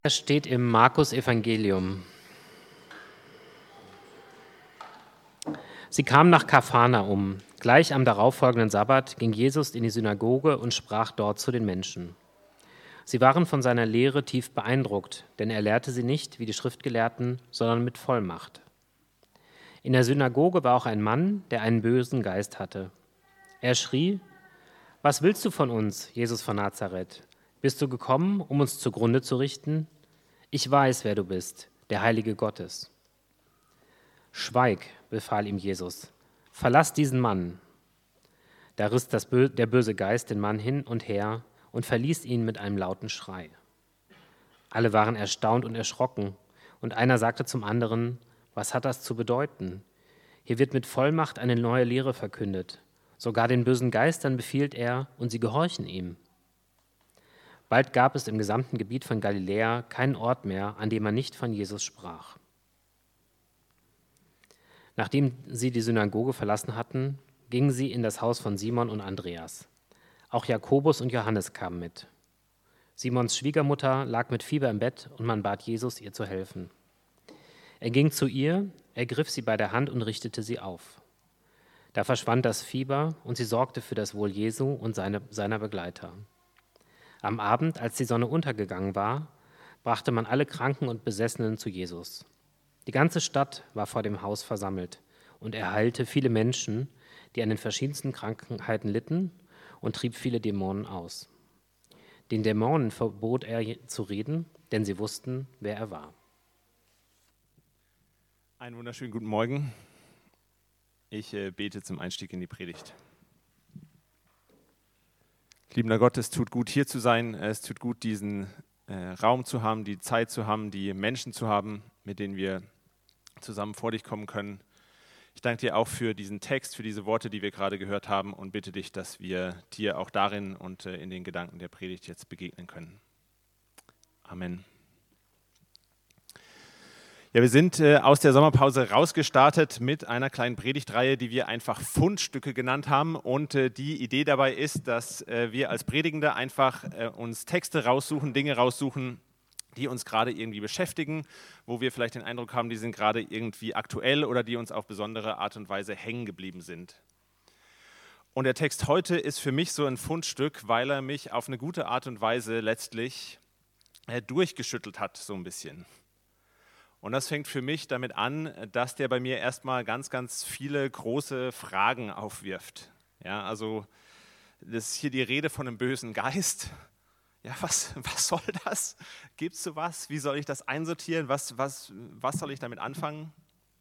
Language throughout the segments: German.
Es steht im Markus-Evangelium. Sie kamen nach Kapharnaum. Gleich am darauffolgenden Sabbat ging Jesus in die Synagoge und sprach dort zu den Menschen. Sie waren von seiner Lehre tief beeindruckt, denn er lehrte sie nicht wie die Schriftgelehrten, sondern mit Vollmacht. In der Synagoge war auch ein Mann, der einen bösen Geist hatte. Er schrie: Was willst du von uns, Jesus von Nazareth? Bist du gekommen, um uns zugrunde zu richten? Ich weiß, wer du bist, der Heilige Gottes. Schweig, befahl ihm Jesus. Verlass diesen Mann. Da riss der böse Geist den Mann hin und her und verließ ihn mit einem lauten Schrei. Alle waren erstaunt und erschrocken, und einer sagte zum anderen: Was hat das zu bedeuten? Hier wird mit Vollmacht eine neue Lehre verkündet. Sogar den bösen Geistern befiehlt er, und sie gehorchen ihm. Bald gab es im gesamten Gebiet von Galiläa keinen Ort mehr, an dem man nicht von Jesus sprach. Nachdem sie die Synagoge verlassen hatten, gingen sie in das Haus von Simon und Andreas. Auch Jakobus und Johannes kamen mit. Simons Schwiegermutter lag mit Fieber im Bett und man bat Jesus, ihr zu helfen. Er ging zu ihr, ergriff sie bei der Hand und richtete sie auf. Da verschwand das Fieber und sie sorgte für das Wohl Jesu und seiner Begleiter. Am Abend, als die Sonne untergegangen war, brachte man alle Kranken und Besessenen zu Jesus. Die ganze Stadt war vor dem Haus versammelt und er heilte viele Menschen, die an den verschiedensten Krankheiten litten, und trieb viele Dämonen aus. Den Dämonen verbot er zu reden, denn sie wussten, wer er war. Einen wunderschönen guten Morgen. Ich bete zum Einstieg in die Predigt. Liebender Gott, es tut gut, hier zu sein. Es tut gut, diesen Raum zu haben, die Zeit zu haben, die Menschen zu haben, mit denen wir zusammen vor dich kommen können. Ich danke dir auch für diesen Text, für diese Worte, die wir gerade gehört haben, und bitte dich, dass wir dir auch darin und in den Gedanken der Predigt jetzt begegnen können. Amen. Ja, wir sind aus der Sommerpause rausgestartet mit einer kleinen Predigtreihe, die wir einfach Fundstücke genannt haben. Und die Idee dabei ist, dass wir als Predigende einfach uns Texte raussuchen, Dinge raussuchen, die uns gerade irgendwie beschäftigen, wo wir vielleicht den Eindruck haben, die sind gerade irgendwie aktuell oder die uns auf besondere Art und Weise hängen geblieben sind. Und der Text heute ist für mich so ein Fundstück, weil er mich auf eine gute Art und Weise letztlich durchgeschüttelt hat, so ein bisschen. Und das fängt für mich damit an, dass der bei mir erstmal ganz, ganz viele große Fragen aufwirft. Ja, also das ist hier die Rede von einem bösen Geist. Ja, was soll das? Gibt es sowas? Wie soll ich das einsortieren? Was soll ich damit anfangen?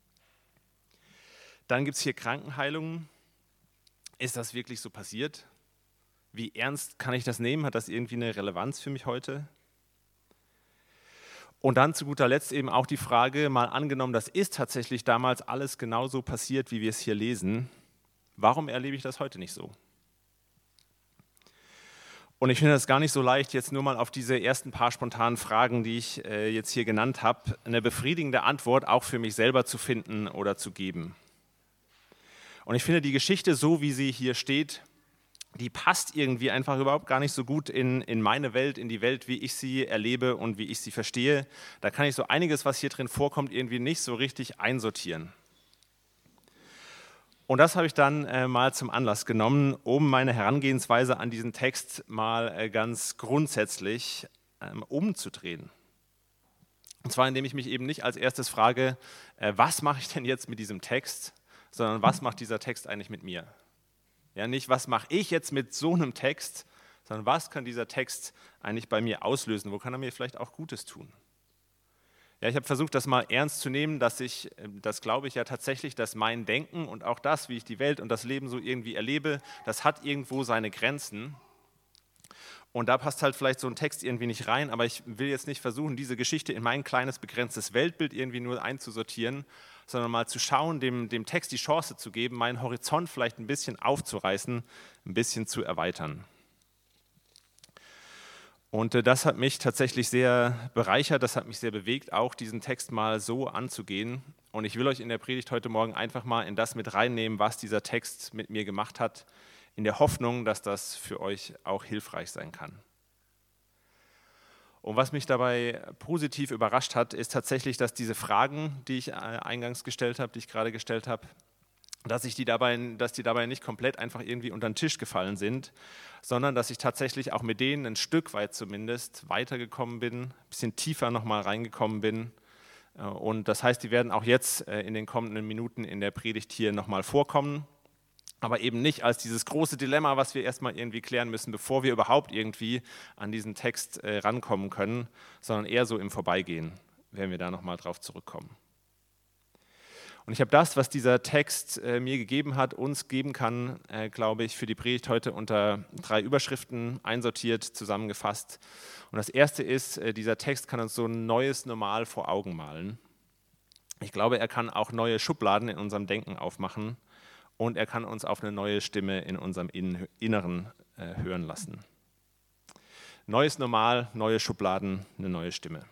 Dann gibt es hier Krankenheilungen. Ist das wirklich so passiert? Wie ernst kann ich das nehmen? Hat das irgendwie eine Relevanz für mich heute? Und dann zu guter Letzt eben auch die Frage, mal angenommen, das ist tatsächlich damals alles genauso passiert, wie wir es hier lesen, warum erlebe ich das heute nicht so? Und ich finde es gar nicht so leicht, jetzt nur mal auf diese ersten paar spontanen Fragen, die ich jetzt hier genannt habe, eine befriedigende Antwort auch für mich selber zu finden oder zu geben. Und ich finde die Geschichte, so wie sie hier steht, die passt irgendwie einfach überhaupt gar nicht so gut in meine Welt, in die Welt, wie ich sie erlebe und wie ich sie verstehe. Da kann ich so einiges, was hier drin vorkommt, irgendwie nicht so richtig einsortieren. Und das habe ich dann mal zum Anlass genommen, um meine Herangehensweise an diesen Text mal ganz grundsätzlich umzudrehen. Und zwar, indem ich mich eben nicht als erstes frage, was mache ich denn jetzt mit diesem Text, sondern was macht dieser Text eigentlich mit mir? Ja, nicht, was mache ich jetzt mit so einem Text, sondern was kann dieser Text eigentlich bei mir auslösen? Wo kann er mir vielleicht auch Gutes tun? Ja, ich habe versucht, das mal ernst zu nehmen, das glaube ich ja tatsächlich, dass mein Denken und auch das, wie ich die Welt und das Leben so irgendwie erlebe, das hat irgendwo seine Grenzen. Und da passt halt vielleicht so ein Text irgendwie nicht rein, aber ich will jetzt nicht versuchen, diese Geschichte in mein kleines, begrenztes Weltbild irgendwie nur einzusortieren, sondern mal zu schauen, dem Text die Chance zu geben, meinen Horizont vielleicht ein bisschen aufzureißen, ein bisschen zu erweitern. Und das hat mich tatsächlich sehr bereichert, das hat mich sehr bewegt, auch diesen Text mal so anzugehen. Und ich will euch in der Predigt heute Morgen einfach mal in das mit reinnehmen, was dieser Text mit mir gemacht hat, in der Hoffnung, dass das für euch auch hilfreich sein kann. Und was mich dabei positiv überrascht hat, ist tatsächlich, dass diese Fragen, die ich eingangs gestellt habe, die ich gerade gestellt habe, dass die dabei nicht komplett einfach irgendwie unter den Tisch gefallen sind, sondern dass ich tatsächlich auch mit denen ein Stück weit zumindest weitergekommen bin, ein bisschen tiefer nochmal reingekommen bin. Und das heißt, die werden auch jetzt in den kommenden Minuten in der Predigt hier nochmal vorkommen, aber eben nicht als dieses große Dilemma, was wir erstmal irgendwie klären müssen, bevor wir überhaupt irgendwie an diesen Text rankommen können, sondern eher so im Vorbeigehen, werden wir da nochmal drauf zurückkommen. Und ich habe das, was dieser Text mir gegeben hat, uns geben kann, glaube ich, für die Predigt heute unter 3 Überschriften einsortiert, zusammengefasst. Und das erste ist, dieser Text kann uns so ein neues Normal vor Augen malen. Ich glaube, er kann auch neue Schubladen in unserem Denken aufmachen und er kann uns auf eine neue Stimme in unserem Inneren hören lassen. Neues Normal, neue Schubladen, eine neue Stimme.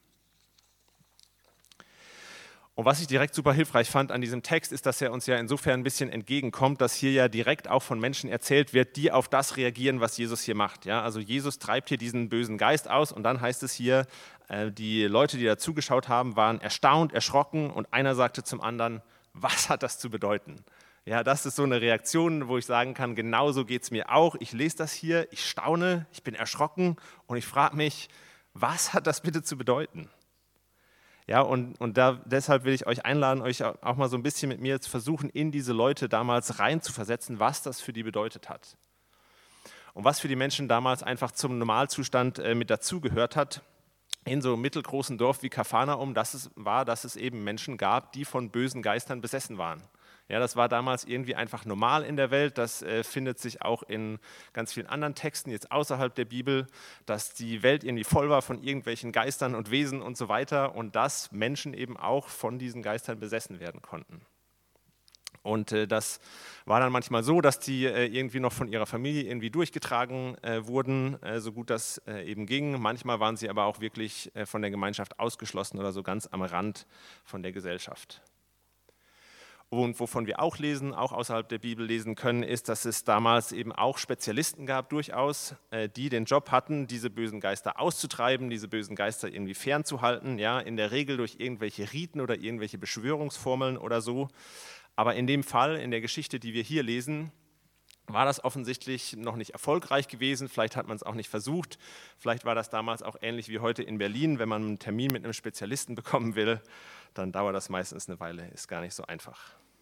Und was ich direkt super hilfreich fand an diesem Text, ist, dass er uns ja insofern ein bisschen entgegenkommt, dass hier ja direkt auch von Menschen erzählt wird, die auf das reagieren, was Jesus hier macht. Ja, also Jesus treibt hier diesen bösen Geist aus und dann heißt es hier, die Leute, die da zugeschaut haben, waren erstaunt, erschrocken und einer sagte zum anderen, was hat das zu bedeuten? Ja, das ist so eine Reaktion, wo ich sagen kann, genauso geht es mir auch. Ich lese das hier, ich staune, ich bin erschrocken und ich frage mich, was hat das bitte zu bedeuten? Ja, und deshalb will ich euch einladen, euch auch mal so ein bisschen mit mir zu versuchen, in diese Leute damals reinzuversetzen, was das für die bedeutet hat. Und was für die Menschen damals einfach zum Normalzustand mit dazugehört hat, in so einem mittelgroßen Dorf wie Kapharnaum, dass es eben Menschen gab, die von bösen Geistern besessen waren. Ja, das war damals irgendwie einfach normal in der Welt. Das findet sich auch in ganz vielen anderen Texten, jetzt außerhalb der Bibel, dass die Welt irgendwie voll war von irgendwelchen Geistern und Wesen und so weiter und dass Menschen eben auch von diesen Geistern besessen werden konnten. Und das war dann manchmal so, dass die irgendwie noch von ihrer Familie irgendwie durchgetragen wurden, so gut das eben ging. Manchmal waren sie aber auch wirklich von der Gemeinschaft ausgeschlossen oder so ganz am Rand von der Gesellschaft. Und wovon wir auch lesen, auch außerhalb der Bibel lesen können, ist, dass es damals eben auch Spezialisten gab, durchaus, die den Job hatten, diese bösen Geister auszutreiben, diese bösen Geister irgendwie fernzuhalten, ja, in der Regel durch irgendwelche Riten oder irgendwelche Beschwörungsformeln oder so. Aber in dem Fall, in der Geschichte, die wir hier lesen, war das offensichtlich noch nicht erfolgreich gewesen. Vielleicht hat man es auch nicht versucht. Vielleicht war das damals auch ähnlich wie heute in Berlin. Wenn man einen Termin mit einem Spezialisten bekommen will, dann dauert das meistens eine Weile. Ist gar nicht so einfach.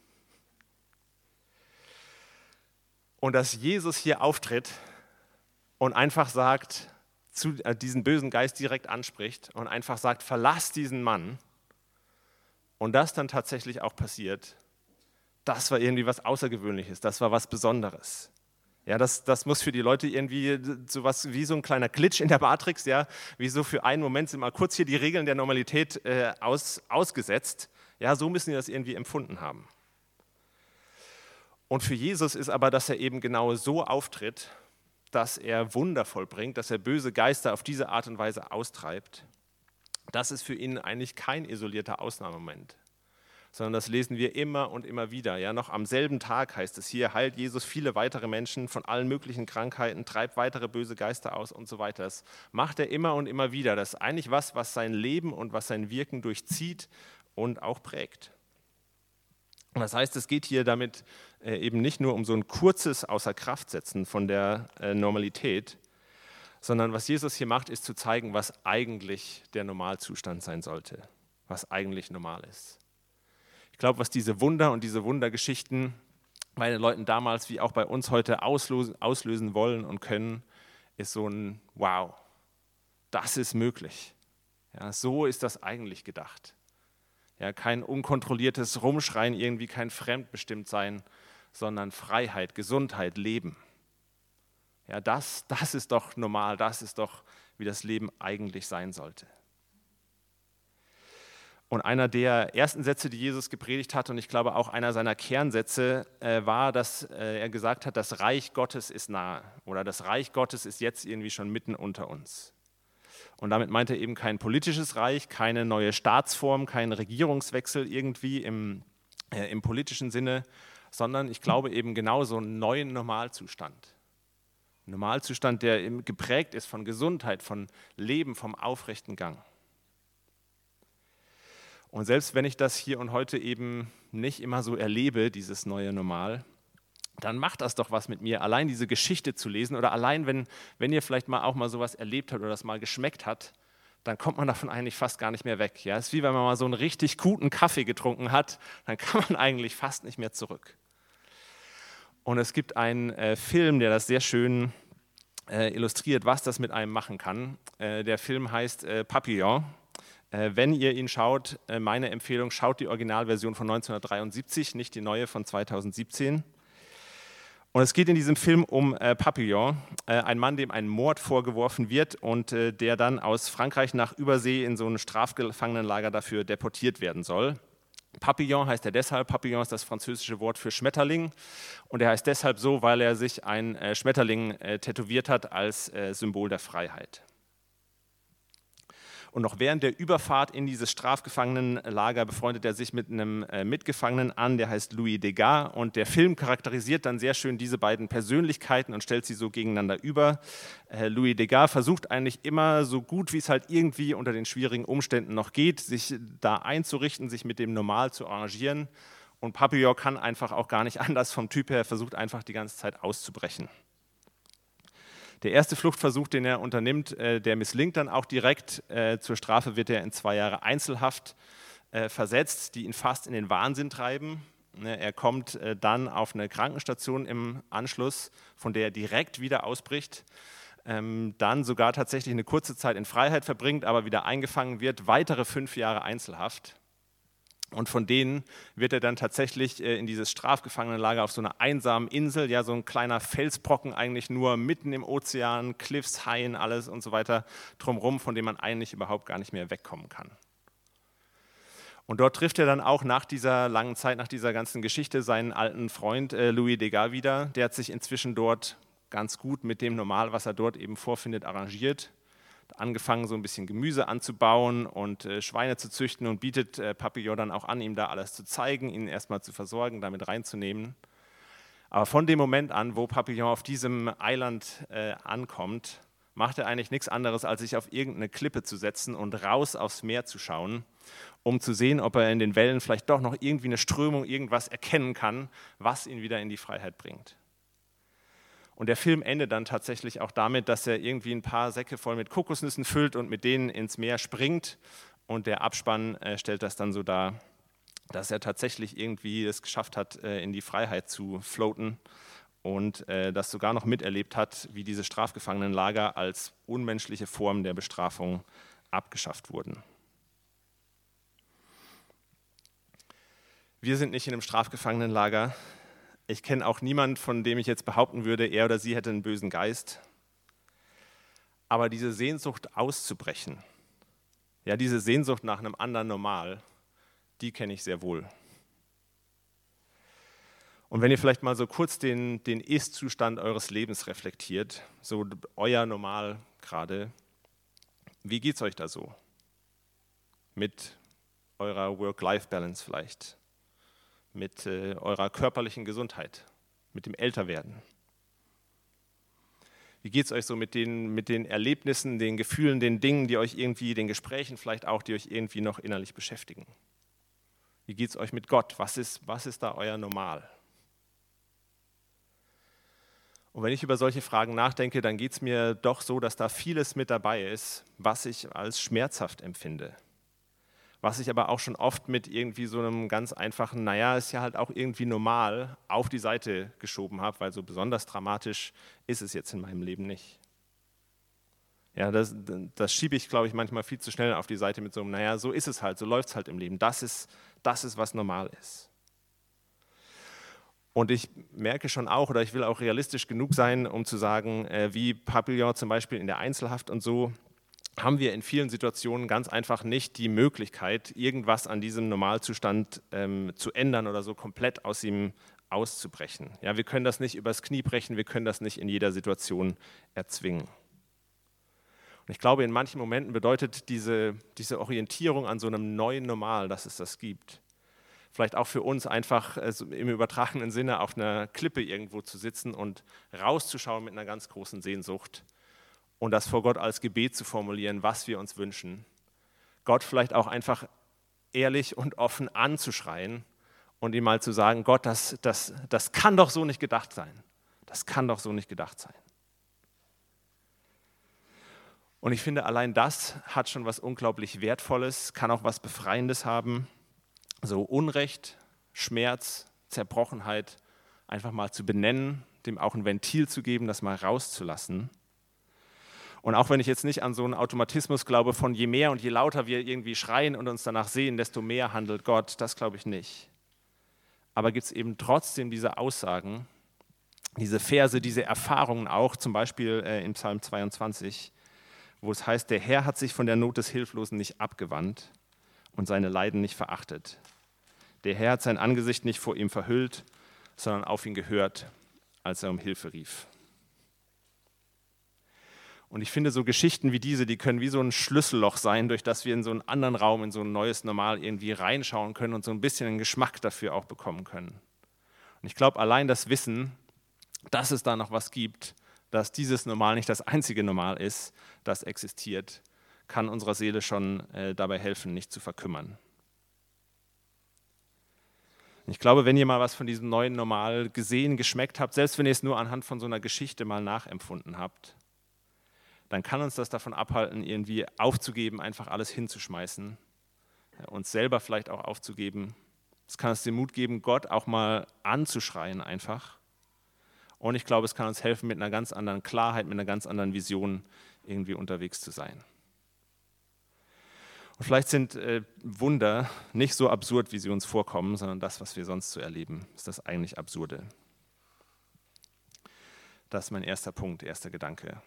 Und dass Jesus hier auftritt und einfach sagt, diesen bösen Geist direkt anspricht und einfach sagt, verlass diesen Mann. Und das dann tatsächlich auch passiert, das war irgendwie was Außergewöhnliches, das war was Besonderes. Ja, das muss für die Leute irgendwie sowas wie so ein kleiner Glitch in der Matrix, ja, wie so für einen Moment sind mal kurz hier die Regeln der Normalität ausgesetzt. Ja, so müssen sie das irgendwie empfunden haben. Und für Jesus ist aber, dass er eben genau so auftritt, dass er Wunder vollbringt, dass er böse Geister auf diese Art und Weise austreibt. Das ist für ihn eigentlich kein isolierter Ausnahmemoment, sondern das lesen wir immer und immer wieder. Ja, noch am selben Tag heißt es hier, heilt Jesus viele weitere Menschen von allen möglichen Krankheiten, treibt weitere böse Geister aus und so weiter. Das macht er immer und immer wieder. Das ist eigentlich was sein Leben und was sein Wirken durchzieht und auch prägt. Und das heißt, es geht hier damit eben nicht nur um so ein kurzes Außerkraftsetzen von der Normalität, sondern was Jesus hier macht, ist zu zeigen, was eigentlich der Normalzustand sein sollte, was eigentlich normal ist. Ich glaube, was diese Wunder und diese Wundergeschichten bei den Leuten damals wie auch bei uns heute auslösen wollen und können, ist so ein Wow, das ist möglich. Ja, so ist das eigentlich gedacht. Ja, kein unkontrolliertes Rumschreien, irgendwie kein Fremdbestimmtsein, sondern Freiheit, Gesundheit, Leben. Ja, das ist doch normal, das ist doch, wie das Leben eigentlich sein sollte. Und einer der ersten Sätze, die Jesus gepredigt hat, und ich glaube auch einer seiner Kernsätze, war, dass er gesagt hat, das Reich Gottes ist nahe oder das Reich Gottes ist jetzt irgendwie schon mitten unter uns. Und damit meint er eben kein politisches Reich, keine neue Staatsform, keinen Regierungswechsel irgendwie im politischen Sinne, sondern ich glaube eben genau so einen neuen Normalzustand. Normalzustand, der geprägt ist von Gesundheit, von Leben, vom aufrechten Gang. Und selbst wenn ich das hier und heute eben nicht immer so erlebe, dieses neue Normal, dann macht das doch was mit mir, allein diese Geschichte zu lesen oder allein, wenn ihr vielleicht auch mal sowas erlebt habt oder das mal geschmeckt hat, dann kommt man davon eigentlich fast gar nicht mehr weg. Ja? Es ist wie wenn man mal so einen richtig guten Kaffee getrunken hat, dann kann man eigentlich fast nicht mehr zurück. Und es gibt einen Film, der das sehr schön illustriert, was das mit einem machen kann. Der Film heißt Papillon. Wenn ihr ihn schaut, meine Empfehlung, schaut die Originalversion von 1973, nicht die neue von 2017. Und es geht in diesem Film um Papillon, ein Mann, dem ein Mord vorgeworfen wird und der dann aus Frankreich nach Übersee in so ein Strafgefangenenlager dafür deportiert werden soll. Papillon heißt er deshalb, Papillon ist das französische Wort für Schmetterling und er heißt deshalb so, weil er sich ein Schmetterling tätowiert hat als Symbol der Freiheit. Und noch während der Überfahrt in dieses Strafgefangenenlager befreundet er sich mit einem Mitgefangenen an, der heißt Louis Degas. Und der Film charakterisiert dann sehr schön diese beiden Persönlichkeiten und stellt sie so gegeneinander über. Louis Degas versucht eigentlich immer so gut, wie es halt irgendwie unter den schwierigen Umständen noch geht, sich da einzurichten, sich mit dem Normal zu arrangieren. Und Papillon kann einfach auch gar nicht anders vom Typ her, versucht einfach die ganze Zeit auszubrechen. Der erste Fluchtversuch, den er unternimmt, der misslingt dann auch direkt. Zur Strafe wird er in 2 Jahre Einzelhaft versetzt, die ihn fast in den Wahnsinn treiben. Er kommt dann auf eine Krankenstation im Anschluss, von der er direkt wieder ausbricht, dann sogar tatsächlich eine kurze Zeit in Freiheit verbringt, aber wieder eingefangen wird, weitere 5 Jahre Einzelhaft. Und von denen wird er dann tatsächlich in dieses Strafgefangenenlager auf so einer einsamen Insel, ja so ein kleiner Felsbrocken eigentlich nur mitten im Ozean, Cliffs, Haien, alles und so weiter drumherum, von dem man eigentlich überhaupt gar nicht mehr wegkommen kann. Und dort trifft er dann auch nach dieser langen Zeit, nach dieser ganzen Geschichte seinen alten Freund Louis Degas wieder. Der hat sich inzwischen dort ganz gut mit dem Normal, was er dort eben vorfindet, arrangiert. Angefangen, so ein bisschen Gemüse anzubauen und Schweine zu züchten und bietet Papillon dann auch an, ihm da alles zu zeigen, ihn erstmal zu versorgen, damit reinzunehmen. Aber von dem Moment an, wo Papillon auf diesem Eiland ankommt, macht er eigentlich nichts anderes, als sich auf irgendeine Klippe zu setzen und raus aufs Meer zu schauen, um zu sehen, ob er in den Wellen vielleicht doch noch irgendwie eine Strömung, irgendwas erkennen kann, was ihn wieder in die Freiheit bringt. Und der Film endet dann tatsächlich auch damit, dass er irgendwie ein paar Säcke voll mit Kokosnüssen füllt und mit denen ins Meer springt. Und der Abspann stellt das dann so dar, dass er tatsächlich irgendwie es geschafft hat, in die Freiheit zu floaten und das sogar noch miterlebt hat, wie diese Strafgefangenenlager als unmenschliche Form der Bestrafung abgeschafft wurden. Wir sind nicht in einem Strafgefangenenlager. Ich kenne auch niemanden, von dem ich jetzt behaupten würde, er oder sie hätte einen bösen Geist. Aber diese Sehnsucht auszubrechen, ja, diese Sehnsucht nach einem anderen Normal, die kenne ich sehr wohl. Und wenn ihr vielleicht mal so kurz den Ist-Zustand eures Lebens reflektiert, so euer Normal gerade, wie geht es euch da so? Mit eurer Work-Life-Balance vielleicht? Mit eurer körperlichen Gesundheit, mit dem Älterwerden? Wie geht es euch so mit den Erlebnissen, den Gefühlen, den Dingen, die euch irgendwie, den Gesprächen vielleicht auch, die euch irgendwie noch innerlich beschäftigen? Wie geht es euch mit Gott? Was ist da euer Normal? Und wenn ich über solche Fragen nachdenke, dann geht es mir doch so, dass da vieles mit dabei ist, was ich als schmerzhaft empfinde. Was ich aber auch schon oft mit irgendwie so einem ganz einfachen, naja, ist ja halt auch irgendwie normal, auf die Seite geschoben habe, weil so besonders dramatisch ist es jetzt in meinem Leben nicht. Ja, das schiebe ich, glaube ich, manchmal viel zu schnell auf die Seite mit so einem, naja, so ist es halt, so läuft es halt im Leben. Das ist, was normal ist. Und ich merke schon auch, oder ich will auch realistisch genug sein, um zu sagen, wie Papillon zum Beispiel in der Einzelhaft und so, haben wir in vielen Situationen ganz einfach nicht die Möglichkeit, irgendwas an diesem Normalzustand zu ändern oder so komplett aus ihm auszubrechen. Ja, wir können das nicht übers Knie brechen, wir können das nicht in jeder Situation erzwingen. Und ich glaube, in manchen Momenten bedeutet diese Orientierung an so einem neuen Normal, dass es das gibt, vielleicht auch für uns einfach im übertragenen Sinne auf einer Klippe irgendwo zu sitzen und rauszuschauen mit einer ganz großen Sehnsucht und das vor Gott als Gebet zu formulieren, was wir uns wünschen. Gott vielleicht auch einfach ehrlich und offen anzuschreien und ihm mal zu sagen, Gott, das kann doch so nicht gedacht sein. Das kann doch so nicht gedacht sein. Und ich finde, allein das hat schon was unglaublich Wertvolles, kann auch was Befreiendes haben. So Unrecht, Schmerz, Zerbrochenheit einfach mal zu benennen, dem auch ein Ventil zu geben, das mal rauszulassen. Und auch wenn ich jetzt nicht an so einen Automatismus glaube, von je mehr und je lauter wir irgendwie schreien und uns danach sehen, desto mehr handelt Gott, das glaube ich nicht. Aber gibt es eben trotzdem diese Aussagen, diese Verse, diese Erfahrungen auch, zum Beispiel in Psalm 22, wo es heißt, der Herr hat sich von der Not des Hilflosen nicht abgewandt und seine Leiden nicht verachtet. Der Herr hat sein Angesicht nicht vor ihm verhüllt, sondern auf ihn gehört, als er um Hilfe rief. Und ich finde, so Geschichten wie diese, die können wie so ein Schlüsselloch sein, durch das wir in so einen anderen Raum, in so ein neues Normal irgendwie reinschauen können und so ein bisschen einen Geschmack dafür auch bekommen können. Und ich glaube, allein das Wissen, dass es da noch was gibt, dass dieses Normal nicht das einzige Normal ist, das existiert, kann unserer Seele schon dabei helfen, nicht zu verkümmern. Ich glaube, wenn ihr mal was von diesem neuen Normal gesehen, geschmeckt habt, selbst wenn ihr es nur anhand von so einer Geschichte mal nachempfunden habt, dann kann uns das davon abhalten, irgendwie aufzugeben, einfach alles hinzuschmeißen, uns selber vielleicht auch aufzugeben. Es kann uns den Mut geben, Gott auch mal anzuschreien einfach. Und ich glaube, es kann uns helfen, mit einer ganz anderen Klarheit, mit einer ganz anderen Vision irgendwie unterwegs zu sein. Und vielleicht sind Wunder nicht so absurd, wie sie uns vorkommen, sondern das, was wir sonst so erleben, ist das eigentlich Absurde. Das ist mein erster Punkt, erster Gedanke.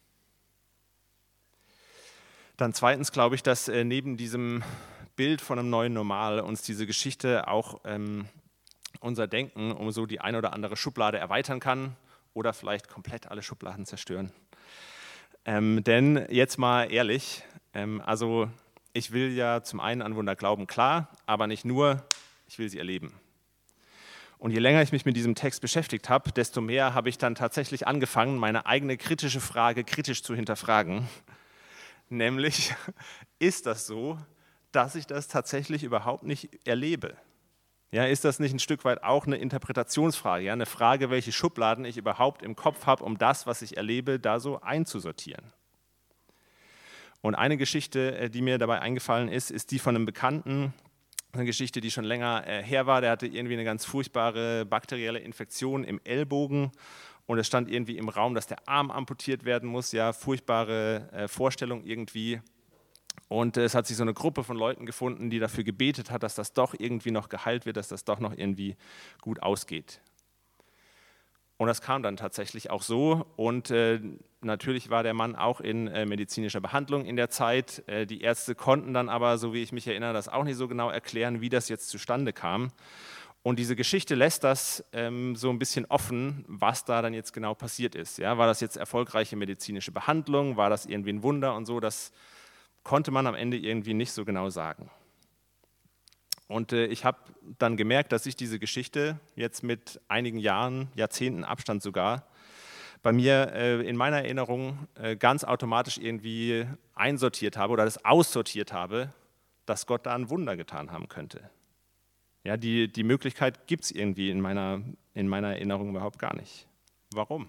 Dann zweitens glaube ich, dass neben diesem Bild von einem neuen Normal uns diese Geschichte auch unser Denken um so die eine oder andere Schublade erweitern kann oder vielleicht komplett alle Schubladen zerstören. Denn jetzt mal ehrlich, also ich will ja zum einen an Wunder glauben, klar, aber nicht nur, ich will sie erleben. Und je länger ich mich mit diesem Text beschäftigt habe, desto mehr habe ich dann tatsächlich angefangen, meine eigene kritische Frage kritisch zu hinterfragen. Nämlich, ist das so, dass ich das tatsächlich überhaupt nicht erlebe? Ja, ist das nicht ein Stück weit auch eine Interpretationsfrage, ja, eine Frage, welche Schubladen ich überhaupt im Kopf habe, um das, was ich erlebe, da so einzusortieren? Und eine Geschichte, die mir dabei eingefallen ist die von einem Bekannten, eine Geschichte, die schon länger her war. Der hatte irgendwie eine ganz furchtbare bakterielle Infektion im Ellbogen und es stand irgendwie im Raum, dass der Arm amputiert werden muss. Ja, furchtbare Vorstellung irgendwie. Und es hat sich so eine Gruppe von Leuten gefunden, die dafür gebetet hat, dass das doch irgendwie noch geheilt wird, dass das doch noch irgendwie gut ausgeht. Und das kam dann tatsächlich auch so. Und natürlich war der Mann auch in medizinischer Behandlung in der Zeit. Die Ärzte konnten dann aber, so wie ich mich erinnere, das auch nicht so genau erklären, wie das jetzt zustande kam. Und diese Geschichte lässt das so ein bisschen offen, was da dann jetzt genau passiert ist. Ja, war das jetzt erfolgreiche medizinische Behandlung? War das irgendwie ein Wunder und so? Das konnte man am Ende irgendwie nicht so genau sagen. Und ich habe dann gemerkt, dass ich diese Geschichte jetzt mit einigen Jahren, Jahrzehnten Abstand sogar, bei mir in meiner Erinnerung ganz automatisch irgendwie einsortiert habe oder das aussortiert habe, dass Gott da ein Wunder getan haben könnte. Ja, die Möglichkeit gibt es irgendwie in meiner Erinnerung überhaupt gar nicht. Warum?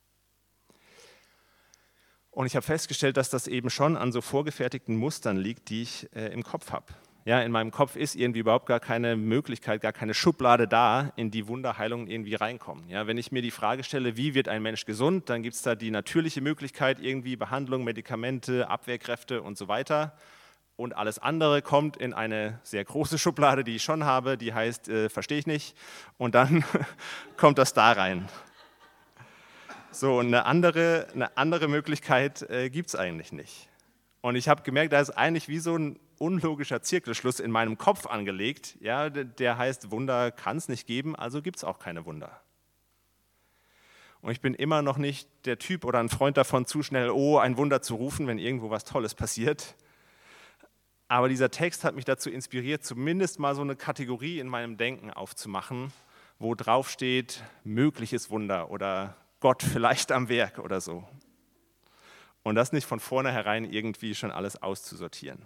Und ich habe festgestellt, dass das eben schon an so vorgefertigten Mustern liegt, die ich im Kopf habe. Ja, in meinem Kopf ist irgendwie überhaupt gar keine Möglichkeit, gar keine Schublade da, in die Wunderheilungen irgendwie reinkommen. Ja, wenn ich mir die Frage stelle, wie wird ein Mensch gesund, dann gibt es da die natürliche Möglichkeit, irgendwie Behandlung, Medikamente, Abwehrkräfte und so weiter. Und alles andere kommt in eine sehr große Schublade, die ich schon habe, die heißt, verstehe ich nicht. Und dann kommt das da rein. So, eine andere Möglichkeit gibt es eigentlich nicht. Und ich habe gemerkt, da ist eigentlich wie so ein unlogischer Zirkelschluss in meinem Kopf angelegt. Ja, der heißt, Wunder kann es nicht geben, also gibt es auch keine Wunder. Und ich bin immer noch nicht der Typ oder ein Freund davon, zu schnell, ein Wunder zu rufen, wenn irgendwo was Tolles passiert. Aber dieser Text hat mich dazu inspiriert, zumindest mal so eine Kategorie in meinem Denken aufzumachen, wo drauf steht, mögliches Wunder oder Gott vielleicht am Werk oder so. Und das nicht von vornherein irgendwie schon alles auszusortieren.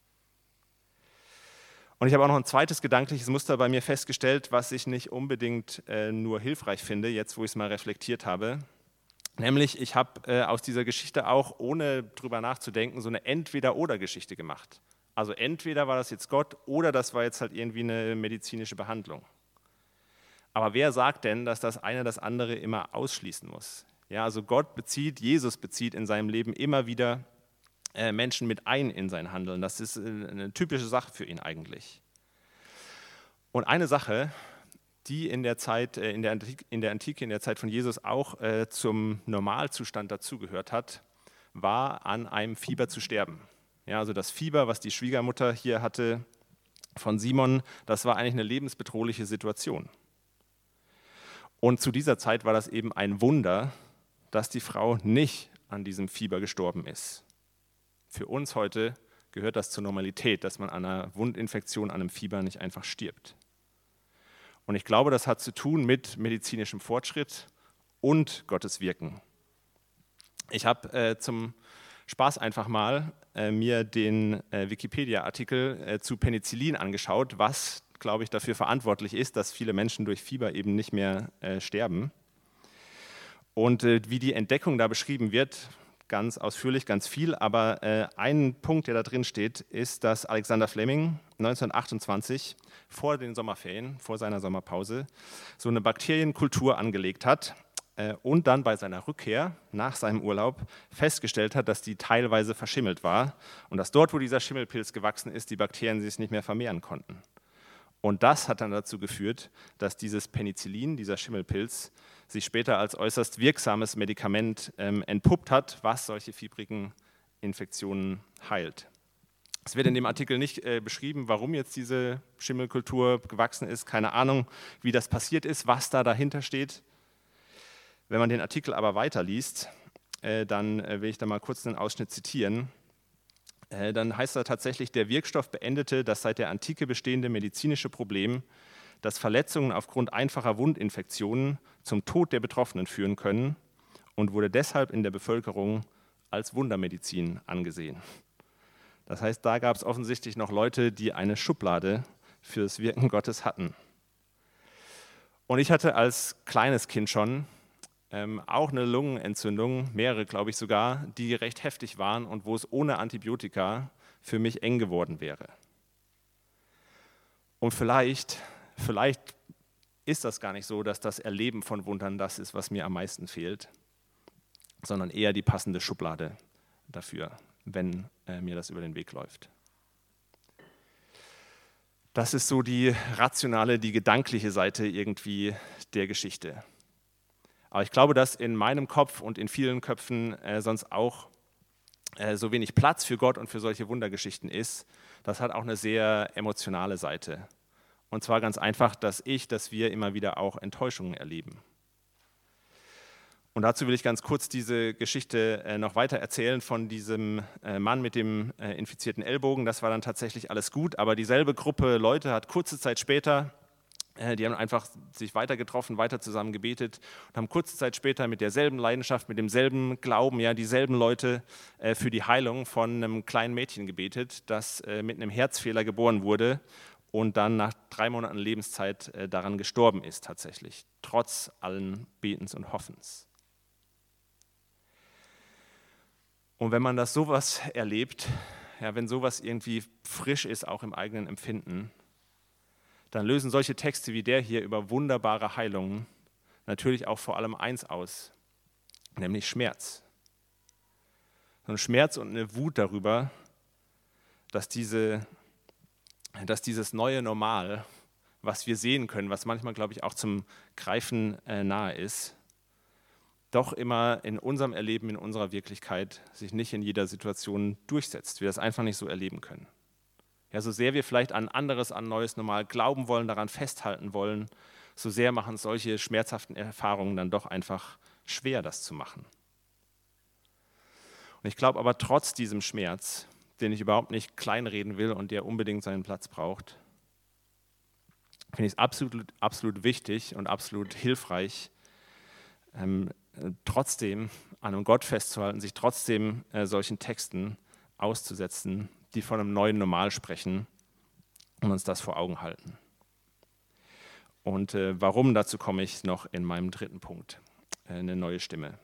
Und ich habe auch noch ein zweites gedankliches Muster bei mir festgestellt, was ich nicht unbedingt nur hilfreich finde, jetzt wo ich es mal reflektiert habe. Nämlich, ich habe aus dieser Geschichte auch, ohne drüber nachzudenken, so eine Entweder-oder-Geschichte gemacht. Also entweder war das jetzt Gott oder das war jetzt halt irgendwie eine medizinische Behandlung. Aber wer sagt denn, dass das eine das andere immer ausschließen muss? Ja, also Jesus bezieht in seinem Leben immer wieder Menschen mit ein in sein Handeln. Das ist eine typische Sache für ihn eigentlich. Und eine Sache, die in der Zeit, in der Antike, in der Zeit von Jesus auch zum Normalzustand dazugehört hat, war an einem Fieber zu sterben. Ja, also das Fieber, was die Schwiegermutter hier hatte von Simon, das war eigentlich eine lebensbedrohliche Situation. Und zu dieser Zeit war das eben ein Wunder, dass die Frau nicht an diesem Fieber gestorben ist. Für uns heute gehört das zur Normalität, dass man an einer Wundinfektion, an einem Fieber nicht einfach stirbt. Und ich glaube, das hat zu tun mit medizinischem Fortschritt und Gottes Wirken. Ich habe zum Spaß einfach mal mir den Wikipedia-Artikel zu Penicillin angeschaut, was, glaube ich, dafür verantwortlich ist, dass viele Menschen durch Fieber eben nicht mehr sterben. Und wie die Entdeckung da beschrieben wird, ganz ausführlich, ganz viel, aber ein Punkt, der da drin steht, ist, dass Alexander Fleming 1928 vor den Sommerferien, vor seiner Sommerpause, so eine Bakterienkultur angelegt hat und dann bei seiner Rückkehr nach seinem Urlaub festgestellt hat, dass die teilweise verschimmelt war und dass dort, wo dieser Schimmelpilz gewachsen ist, die Bakterien sich nicht mehr vermehren konnten. Und das hat dann dazu geführt, dass dieses Penicillin, dieser Schimmelpilz, sich später als äußerst wirksames Medikament entpuppt hat, was solche fiebrigen Infektionen heilt. Es wird in dem Artikel nicht beschrieben, warum jetzt diese Schimmelkultur gewachsen ist. Keine Ahnung, wie das passiert ist, was da dahinter steht. Wenn man den Artikel aber weiterliest, dann will ich da mal kurz einen Ausschnitt zitieren. Dann heißt da tatsächlich, der Wirkstoff beendete das seit der Antike bestehende medizinische Problem, dass Verletzungen aufgrund einfacher Wundinfektionen zum Tod der Betroffenen führen können und wurde deshalb in der Bevölkerung als Wundermedizin angesehen. Das heißt, da gab es offensichtlich noch Leute, die eine Schublade für das Wirken Gottes hatten. Und ich hatte als kleines Kind schon auch eine Lungenentzündung, mehrere glaube ich sogar, die recht heftig waren und wo es ohne Antibiotika für mich eng geworden wäre. Und vielleicht ist das gar nicht so, dass das Erleben von Wundern das ist, was mir am meisten fehlt, sondern eher die passende Schublade dafür, wenn mir das über den Weg läuft. Das ist so die rationale, die gedankliche Seite irgendwie der Geschichte. Aber ich glaube, dass in meinem Kopf und in vielen Köpfen sonst auch so wenig Platz für Gott und für solche Wundergeschichten ist. Das hat auch eine sehr emotionale Seite. Und zwar ganz einfach, dass wir immer wieder auch Enttäuschungen erleben. Und dazu will ich ganz kurz diese Geschichte noch weiter erzählen von diesem Mann mit dem infizierten Ellbogen. Das war dann tatsächlich alles gut, aber dieselbe Gruppe Leute hat kurze Zeit später, die haben einfach sich weiter getroffen, weiter zusammen gebetet und haben kurze Zeit später mit derselben Leidenschaft, mit demselben Glauben, ja, dieselben Leute für die Heilung von einem kleinen Mädchen gebetet, das mit einem Herzfehler geboren wurde und dann nach 3 Monaten Lebenszeit daran gestorben ist tatsächlich, trotz allen Betens und Hoffens. Und wenn man das sowas erlebt, ja, wenn sowas irgendwie frisch ist, auch im eigenen Empfinden, dann lösen solche Texte wie der hier über wunderbare Heilungen natürlich auch vor allem eins aus, nämlich Schmerz. So ein Schmerz und eine Wut darüber, dass dieses neue Normal, was wir sehen können, was manchmal, glaube ich, auch zum Greifen nahe ist, doch immer in unserem Erleben, in unserer Wirklichkeit sich nicht in jeder Situation durchsetzt, wir das einfach nicht so erleben können. Ja, so sehr wir vielleicht an anderes, an neues Normal glauben wollen, daran festhalten wollen, so sehr machen solche schmerzhaften Erfahrungen dann doch einfach schwer, das zu machen. Und ich glaube aber, trotz diesem Schmerz, den ich überhaupt nicht kleinreden will und der unbedingt seinen Platz braucht, finde ich es absolut wichtig und absolut hilfreich, trotzdem an einem Gott festzuhalten, sich trotzdem solchen Texten auszusetzen, die von einem neuen Normal sprechen und uns das vor Augen halten. Und warum, dazu komme ich noch in meinem dritten Punkt, eine neue Stimme.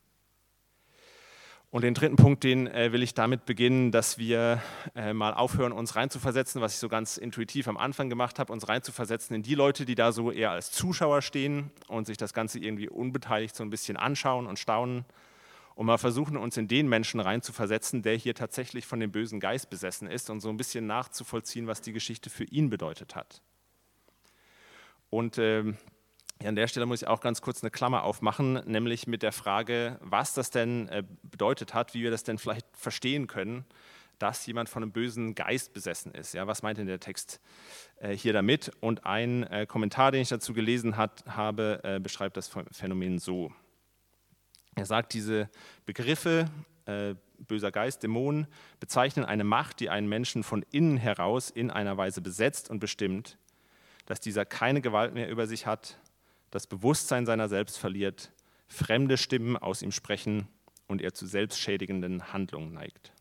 Und den dritten Punkt, den will ich damit beginnen, dass wir mal aufhören, uns reinzuversetzen, was ich so ganz intuitiv am Anfang gemacht habe, uns reinzuversetzen in die Leute, die da so eher als Zuschauer stehen und sich das Ganze irgendwie unbeteiligt so ein bisschen anschauen und staunen und mal versuchen, uns in den Menschen reinzuversetzen, der hier tatsächlich von dem bösen Geist besessen ist und so ein bisschen nachzuvollziehen, was die Geschichte für ihn bedeutet hat. Und an der Stelle muss ich auch ganz kurz eine Klammer aufmachen, nämlich mit der Frage, was das denn bedeutet hat, wie wir das denn vielleicht verstehen können, dass jemand von einem bösen Geist besessen ist. Ja, was meint denn der Text hier damit? Und ein Kommentar, den ich dazu gelesen habe, beschreibt das Phänomen so. Er sagt, diese Begriffe, böser Geist, Dämon, bezeichnen eine Macht, die einen Menschen von innen heraus in einer Weise besetzt und bestimmt, dass dieser keine Gewalt mehr über sich hat, das Bewusstsein seiner selbst verliert, fremde Stimmen aus ihm sprechen und er zu selbstschädigenden Handlungen neigt.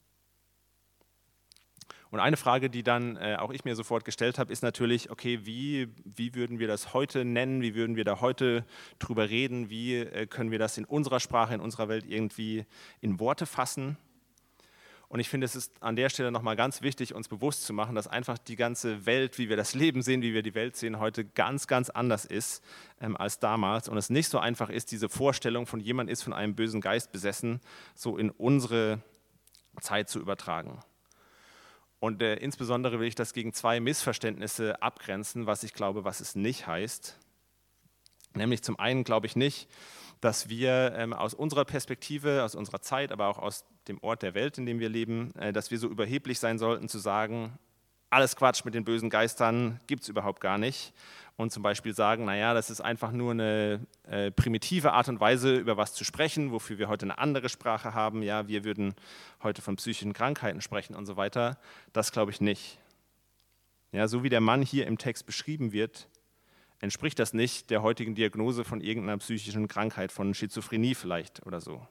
Und eine Frage, die dann auch ich mir sofort gestellt habe, ist natürlich, okay, wie würden wir das heute nennen, wie würden wir da heute drüber reden, wie können wir das in unserer Sprache, in unserer Welt irgendwie in Worte fassen? Und ich finde, es ist an der Stelle nochmal ganz wichtig, uns bewusst zu machen, dass einfach die ganze Welt, wie wir das Leben sehen, wie wir die Welt sehen, heute ganz, ganz anders ist als damals. Und es nicht so einfach ist, diese Vorstellung von jemand ist von einem bösen Geist besessen, so in unsere Zeit zu übertragen. Und insbesondere will ich das gegen zwei Missverständnisse abgrenzen, was ich glaube, was es nicht heißt. Nämlich zum einen glaube ich nicht, dass wir aus unserer Perspektive, aus unserer Zeit, aber auch aus dem Ort der Welt, in dem wir leben, dass wir so überheblich sein sollten, zu sagen, alles Quatsch mit den bösen Geistern gibt es überhaupt gar nicht. Und zum Beispiel sagen, naja, das ist einfach nur eine primitive Art und Weise, über was zu sprechen, wofür wir heute eine andere Sprache haben. Ja, wir würden heute von psychischen Krankheiten sprechen und so weiter. Das glaube ich nicht. Ja, so wie der Mann hier im Text beschrieben wird, entspricht das nicht der heutigen Diagnose von irgendeiner psychischen Krankheit, von Schizophrenie vielleicht oder so.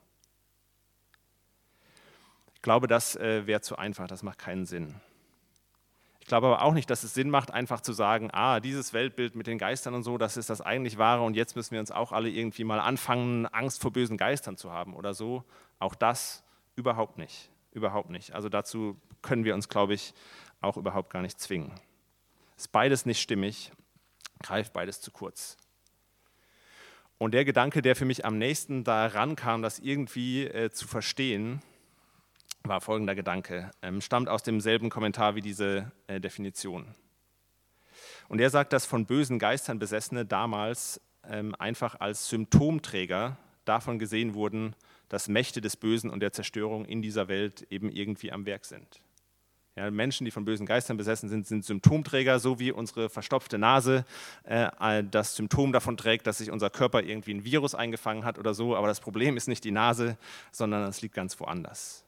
Ich glaube, das wäre zu einfach, das macht keinen Sinn. Ich glaube aber auch nicht, dass es Sinn macht, einfach zu sagen, dieses Weltbild mit den Geistern und so, das ist das eigentlich Wahre und jetzt müssen wir uns auch alle irgendwie mal anfangen, Angst vor bösen Geistern zu haben oder so. Auch das überhaupt nicht. Überhaupt nicht. Also dazu können wir uns, glaube ich, auch überhaupt gar nicht zwingen. Ist beides nicht stimmig. Greift beides zu kurz. Und der Gedanke, der für mich am nächsten daran kam, das irgendwie zu verstehen, war folgender Gedanke, stammt aus demselben Kommentar wie diese Definition. Und er sagt, dass von bösen Geistern Besessene damals einfach als Symptomträger davon gesehen wurden, dass Mächte des Bösen und der Zerstörung in dieser Welt eben irgendwie am Werk sind. Ja, Menschen, die von bösen Geistern besessen sind, sind Symptomträger, so wie unsere verstopfte Nase das Symptom davon trägt, dass sich unser Körper irgendwie ein Virus eingefangen hat oder so. Aber das Problem ist nicht die Nase, sondern es liegt ganz woanders.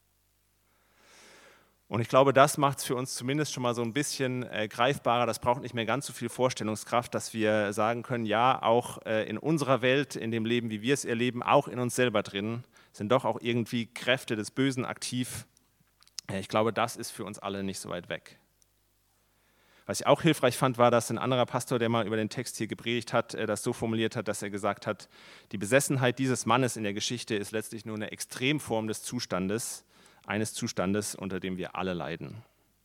Und ich glaube, das macht es für uns zumindest schon mal so ein bisschen greifbarer. Das braucht nicht mehr ganz so viel Vorstellungskraft, dass wir sagen können, ja, auch in unserer Welt, in dem Leben, wie wir es erleben, auch in uns selber drin, sind doch auch irgendwie Kräfte des Bösen aktiv. Ich glaube, das ist für uns alle nicht so weit weg. Was ich auch hilfreich fand, war, dass ein anderer Pastor, der mal über den Text hier gepredigt hat, das so formuliert hat, dass er gesagt hat, die Besessenheit dieses Mannes in der Geschichte ist letztlich nur eine Extremform des Zustandes, eines Zustandes, unter dem wir alle leiden.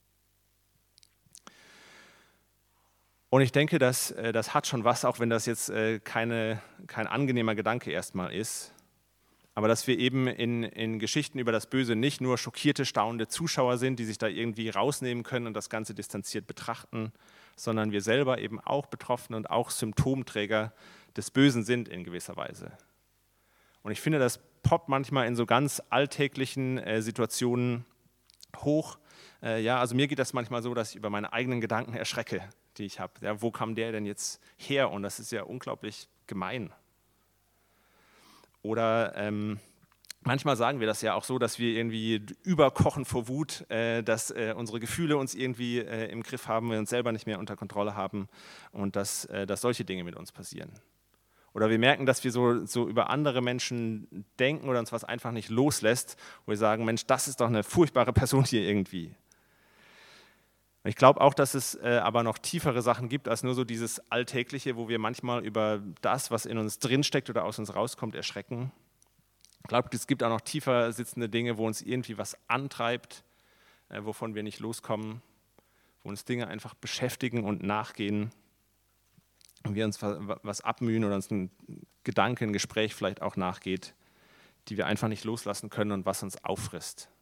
Und ich denke, das hat schon was, auch wenn das jetzt kein angenehmer Gedanke erstmal ist. Aber dass wir eben in Geschichten über das Böse nicht nur schockierte, staunende Zuschauer sind, die sich da irgendwie rausnehmen können und das Ganze distanziert betrachten, sondern wir selber eben auch Betroffene und auch Symptomträger des Bösen sind in gewisser Weise. Und ich finde, das poppt manchmal in so ganz alltäglichen Situationen hoch. Also mir geht das manchmal so, dass ich über meine eigenen Gedanken erschrecke, die ich habe. Ja, wo kam der denn jetzt her? Und das ist ja unglaublich gemein. Oder Manchmal sagen wir das ja auch so, dass wir irgendwie überkochen vor Wut, dass unsere Gefühle uns irgendwie im Griff haben, wir uns selber nicht mehr unter Kontrolle haben und dass solche Dinge mit uns passieren. Oder wir merken, dass wir so über andere Menschen denken oder uns was einfach nicht loslässt, wo wir sagen, Mensch, das ist doch eine furchtbare Person hier irgendwie. Und ich glaube auch, dass es aber noch tiefere Sachen gibt als nur so dieses Alltägliche, wo wir manchmal über das, was in uns drinsteckt oder aus uns rauskommt, erschrecken. Ich glaube, es gibt auch noch tiefer sitzende Dinge, wo uns irgendwie was antreibt, wovon wir nicht loskommen, wo uns Dinge einfach beschäftigen und nachgehen und wir uns was abmühen oder uns ein Gedanke, ein Gespräch vielleicht auch nachgeht, die wir einfach nicht loslassen können und was uns auffrisst.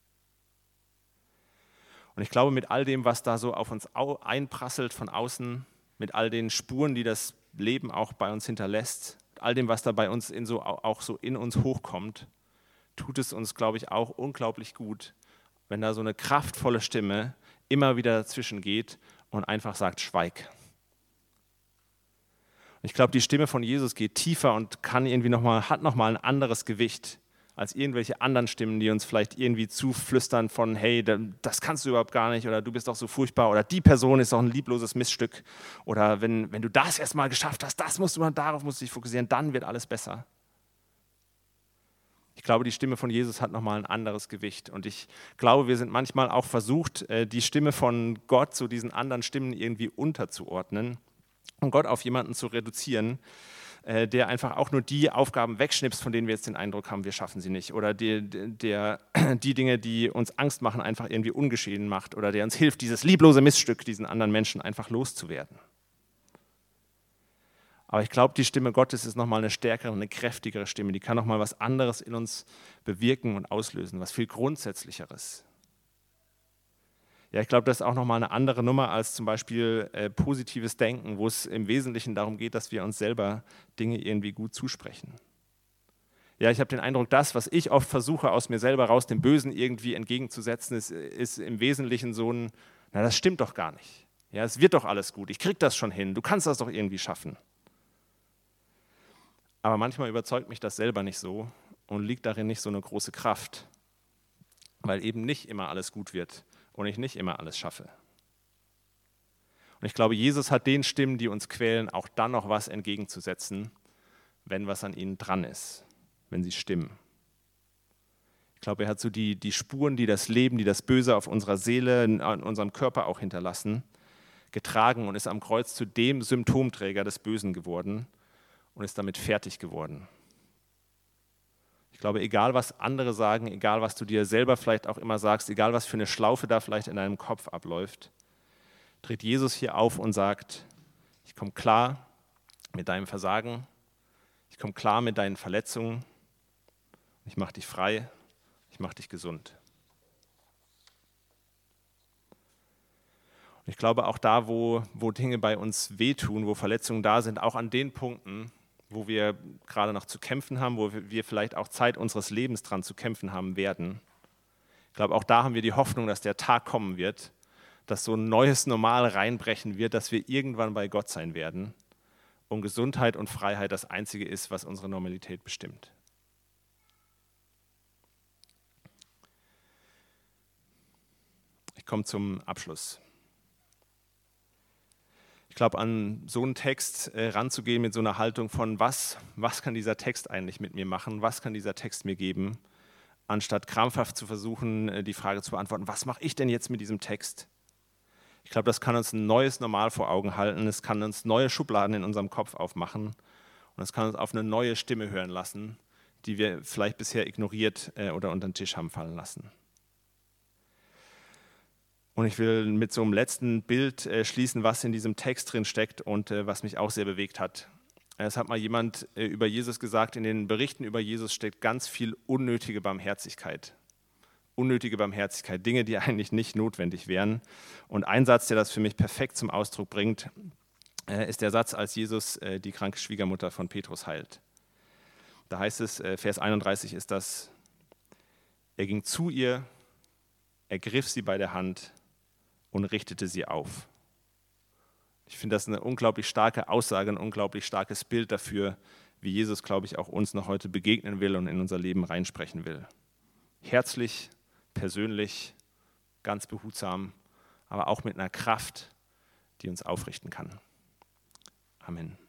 Und ich glaube, mit all dem, was da so auf uns einprasselt von außen, mit all den Spuren, die das Leben auch bei uns hinterlässt, all dem, was da bei uns auch so in uns hochkommt, tut es uns, glaube ich, auch unglaublich gut, wenn da so eine kraftvolle Stimme immer wieder dazwischen geht und einfach sagt, schweig. Und ich glaube, die Stimme von Jesus geht tiefer und hat nochmal ein anderes Gewicht als irgendwelche anderen Stimmen, die uns vielleicht irgendwie zuflüstern von, hey, das kannst du überhaupt gar nicht oder du bist doch so furchtbar oder die Person ist doch ein liebloses Miststück oder wenn du das erstmal geschafft hast, darauf musst du dich fokussieren, dann wird alles besser. Ich glaube, die Stimme von Jesus hat nochmal ein anderes Gewicht und ich glaube, wir sind manchmal auch versucht, die Stimme von Gott zu diesen anderen Stimmen irgendwie unterzuordnen und Gott auf jemanden zu reduzieren, der einfach auch nur die Aufgaben wegschnipst, von denen wir jetzt den Eindruck haben, wir schaffen sie nicht. Oder die Dinge, die uns Angst machen, einfach irgendwie ungeschehen macht. Oder der uns hilft, dieses lieblose Miststück, diesen anderen Menschen einfach loszuwerden. Aber ich glaube, die Stimme Gottes ist nochmal eine stärkere, eine kräftigere Stimme. Die kann nochmal was anderes in uns bewirken und auslösen, was viel Grundsätzlicheres. Ja, ich glaube, das ist auch nochmal eine andere Nummer als zum Beispiel positives Denken, wo es im Wesentlichen darum geht, dass wir uns selber Dinge irgendwie gut zusprechen. Ja, ich habe den Eindruck, das, was ich oft versuche, aus mir selber raus dem Bösen irgendwie entgegenzusetzen, ist im Wesentlichen so ein, na, das stimmt doch gar nicht. Ja, es wird doch alles gut, ich kriege das schon hin, du kannst das doch irgendwie schaffen. Aber manchmal überzeugt mich das selber nicht so und liegt darin nicht so eine große Kraft, weil eben nicht immer alles gut wird und ich nicht immer alles schaffe. Und ich glaube, Jesus hat den Stimmen, die uns quälen, auch dann noch was entgegenzusetzen, wenn was an ihnen dran ist, wenn sie stimmen. Ich glaube, er hat so die Spuren, die das Leben, die das Böse auf unserer Seele, an unserem Körper auch hinterlassen, getragen und ist am Kreuz zu dem Symptomträger des Bösen geworden und ist damit fertig geworden. Ich glaube, egal was andere sagen, egal was du dir selber vielleicht auch immer sagst, egal was für eine Schlaufe da vielleicht in deinem Kopf abläuft, tritt Jesus hier auf und sagt, ich komme klar mit deinem Versagen, ich komme klar mit deinen Verletzungen, ich mache dich frei, ich mache dich gesund. Und ich glaube auch da, wo Dinge bei uns wehtun, wo Verletzungen da sind, auch an den Punkten, wo wir gerade noch zu kämpfen haben, wo wir vielleicht auch Zeit unseres Lebens dran zu kämpfen haben werden. Ich glaube, auch da haben wir die Hoffnung, dass der Tag kommen wird, dass so ein neues Normal reinbrechen wird, dass wir irgendwann bei Gott sein werden und Gesundheit und Freiheit das Einzige ist, was unsere Normalität bestimmt. Ich komme zum Abschluss. Ich glaube, an so einen Text ranzugehen mit so einer Haltung von, was kann dieser Text eigentlich mit mir machen, was kann dieser Text mir geben, anstatt krampfhaft zu versuchen, die Frage zu beantworten, was mache ich denn jetzt mit diesem Text? Ich glaube, das kann uns ein neues Normal vor Augen halten, es kann uns neue Schubladen in unserem Kopf aufmachen und es kann uns auf eine neue Stimme hören lassen, die wir vielleicht bisher ignoriert oder unter den Tisch haben fallen lassen. Und ich will mit so einem letzten Bild schließen, was in diesem Text drin steckt und was mich auch sehr bewegt hat. Es hat mal jemand über Jesus gesagt, in den Berichten über Jesus steckt ganz viel unnötige Barmherzigkeit. Unnötige Barmherzigkeit, Dinge, die eigentlich nicht notwendig wären. Und ein Satz, der das für mich perfekt zum Ausdruck bringt, ist der Satz, als Jesus die kranke Schwiegermutter von Petrus heilt. Da heißt es, Vers 31 ist das, er ging zu ihr, ergriff sie bei der Hand und richtete sie auf. Ich finde das eine unglaublich starke Aussage, ein unglaublich starkes Bild dafür, wie Jesus, glaube ich, auch uns noch heute begegnen will und in unser Leben reinsprechen will. Herzlich, persönlich, ganz behutsam, aber auch mit einer Kraft, die uns aufrichten kann. Amen.